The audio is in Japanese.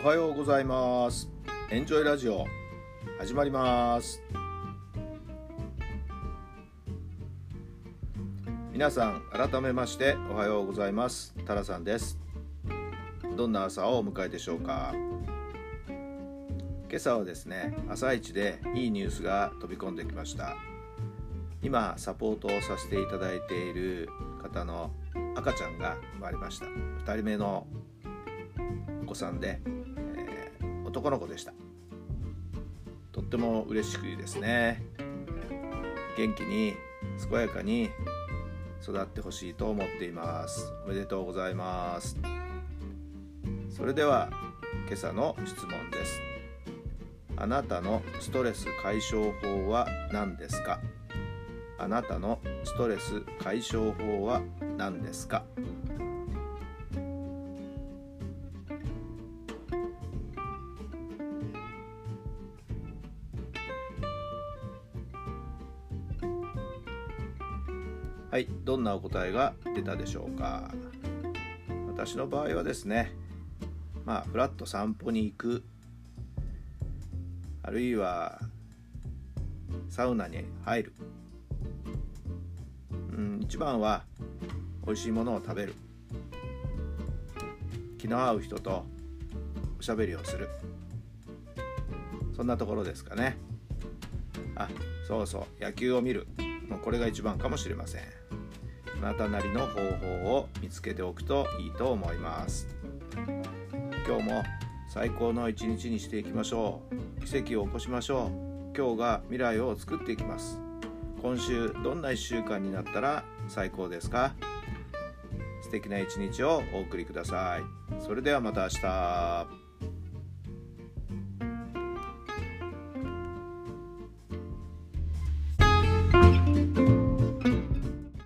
おはようございます。エンジョイラジオ始まります。皆さん改めましておはようございます。タラさんです。どんな朝をお迎えでしょうか。今朝はですね、朝一でいいニュースが飛び込んできました。今サポートをさせていただいている方の赤ちゃんが生まれました。2人目のお子さんで、男の子でした。とっても嬉しくですね。元気に健やかに育ってほしいと思っています。おめでとうございます。それでは今朝の質問です。あなたのストレス解消法は何ですか？あなたのストレス解消法は何ですか？はい、どんなお答えが出たでしょうか。私の場合はですね、フラッと散歩に行く、あるいはサウナに入る、一番は美味しいものを食べる、気の合う人とおしゃべりをする、そんなところですかね。そう野球を見る、もうこれが一番かもしれません。あなたなりの方法を見つけておくといいと思います。今日も最高の一日にしていきましょう。奇跡を起こしましょう。今日が未来を作っていきます。今週どんな1週間になったら最高ですか？素敵な一日をお送りください。それではまた明日。